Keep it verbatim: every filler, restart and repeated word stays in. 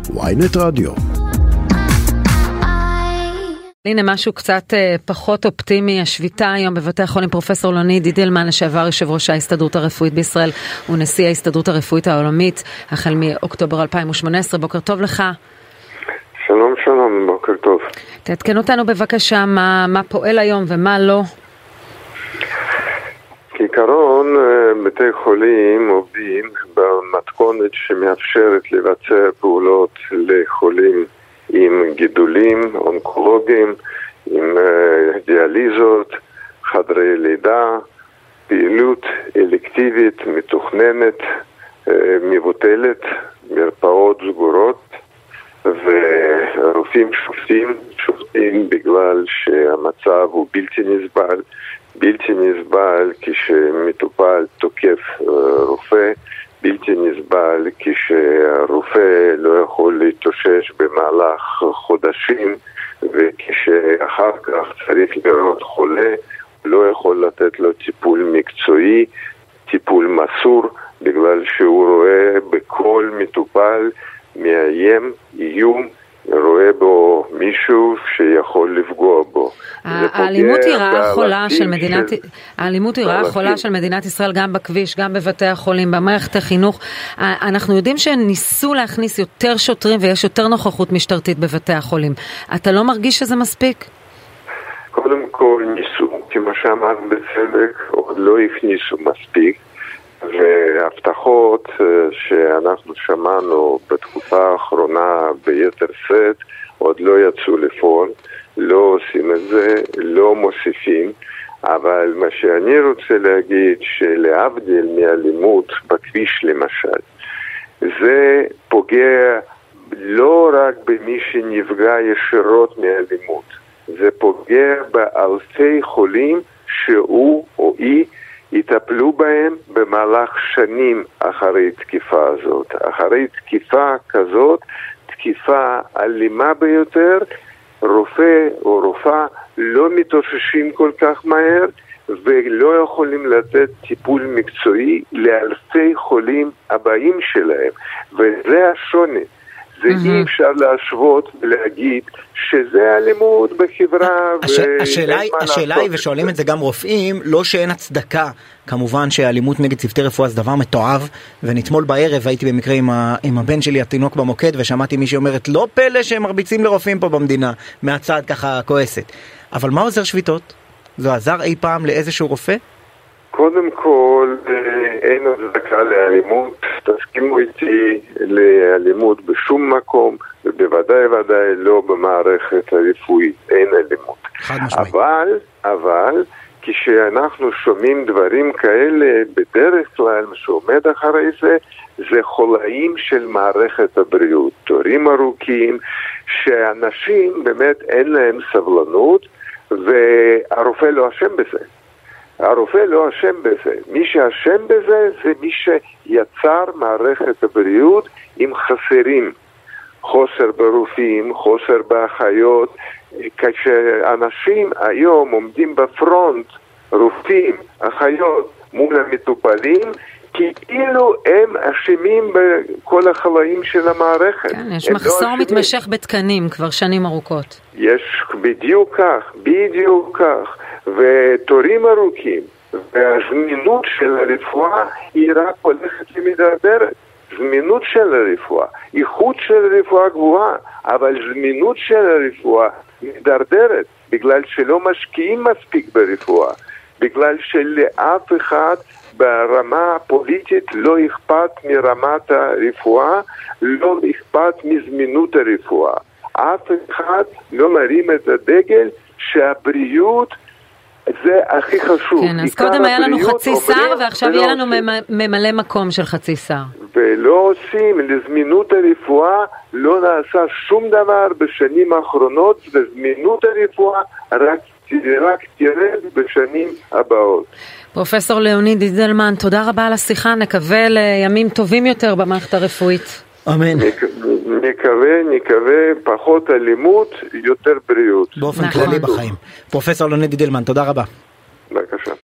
וויינט רדיו. הנה משהו קצת פחות אופטימי, השביתה היום בבתי החולים. פרופסור לוניד דידלמן, לשעבר יושב ראש ההסתדרות הרפואית בישראל ונשיא ההסתדרות הרפואית העולמית החל מאוקטובר אלפיים ושמונה עשרה, בוקר טוב לך. שלום שלום, בוקר טוב. תעדכן אותנו בבקשה מה, מה פועל היום ומה לא. כעיקרון בתי חולים עובדים במתכונת שמאפשרת לבצע פעולות לחולים עם גידולים אונקולוגיים, עם דיאליזות, חדרי לידה, פעילות אלקטיבית מתוכננת, מבוטלת, מרפאות סגורות, ורופאים שופטים, שופטים בגלל שהמצב הוא בלתי נסבל, בלתי נסבל כשמטופל תוקף רופא, בלתי נסבל כשהרופא לא יכול להתאושש במהלך חודשים, וכשאחר כך צריך לראות חולה, לא יכול לתת לו טיפול מקצועי, טיפול מסור, בגלל שהוא רואה בכל מטופל מאיים, איום, רואה בו מישהו שיכול לפגוע בו. האלימות היא רעה חולה של מדינת האלימות היא רעה חולה של מדינת ישראל, גם בכביש, גם בבתי החולים, במערכת החינוך. אנחנו יודעים שניסו להכניס יותר שוטרים ויש יותר נוכחות משטרתית בבתי החולים. אתה לא מרגיש שזה מספיק? קודם כל ניסו, כמו שאמרת בצדק, עוד לא הכניסו מספיק, והבטחות שאנחנו שמענו בתקופה האחרונה ביתר שאת עוד לא יצאו לפועל, לא עושים את זה, לא מוסיפים, אבל מה שאני רוצה להגיד שלהבדיל מאלימות בכביש למשל, זה פוגע לא רק במי שנפגע ישירות מאלימות, זה פוגע באלפי חולים שהוא או היא יטפלו בהם במהלך שנים אחרי תקיפה הזאת. אחרי תקיפה כזאת, תקיפה אלימה ביותר, רופא או רופאה לא מתאוששים כל כך מהר ולא יכולים לתת טיפול מקצועי לאלפי חולים הבאים שלהם. וזה השוני. זה mm-hmm. אי אפשר להשוות ולהגיד שזה אלימות בחברה. הש... השאלה, השאלה היא, ושואלים את זה גם רופאים, לא שאין הצדקה, כמובן שאלימות נגד צוותי רפואה זה דבר מתועב, ונתמול בערב הייתי במקרה עם, ה... עם הבן שלי התינוק במוקד, ושמעתי מישהי אומרת, לא פלא שהם מרביצים לרופאים פה במדינה, מהצד ככה כועסת. אבל מה עוזר שביתות? זו עזר אי פעם לאיזשהו רופא? קודם כל, אין הצדקה לאלימות, תסכימו איתי לאלימות בשום מקום, ובוודאי ודאי לא במערכת הרפואית, אין אלימות. אבל, אבל, כשאנחנו שומעים דברים כאלה, בדרך כלל מה שעומד אחרי זה, זה חולאים של מערכת הבריאות, תורים ארוכים, שאנשים באמת אין להם סבלנות, והרופא לא אשם בזה. הרופא לא אשם בזה. מי שאשם בזה זה מי שיצר מערכת הבריאות עם חסרים. חוסר ברופאים, חוסר באחיות. כשאנשים היום עומדים בפרונט, רופאים, אחיות, מול המטופלים, כאילו הם אשמים בכל החלאים של המערכת. כן, יש מחסור לא מתמשך בתקנים כבר שנים ארוכות. יש בדיוק כך, בדיוק כך. ותורים ארוכים, והזמינות של הרפואה היא רק הולכת ומדרדרת. זמינות של הרפואה, איכות של הרפואה גבוהה, אבל זמינות של הרפואה מדרדרת, בגלל שלא משקיעים מספיק ברפואה, בגלל שלאף אחד ברמה הפוליטית לא אכפת מרמת הרפואה, לא אכפת מזמינות הרפואה. אף אחד לא מרים את הדגל שהבריאות זה הכי חשוב. כן, אז קודם היה לנו חצי שר, ועכשיו יהיה לנו ממלא מקום של חצי שר. ולא עושים, לזמינות הרפואה לא נעשה שום דבר בשנים האחרונות, וזמינות הרפואה רק, רק תרד בשנים הבאות. פרופסור לוניד דידלמן, תודה רבה על השיחה, נקווה לימים טובים יותר במערכת הרפואית. אמן. נקווה, נקווה, פחות אלימות, יותר בריאות. באופן כללי בחיים. פרופסור לוניד דידלמן, תודה רבה. בבקשה.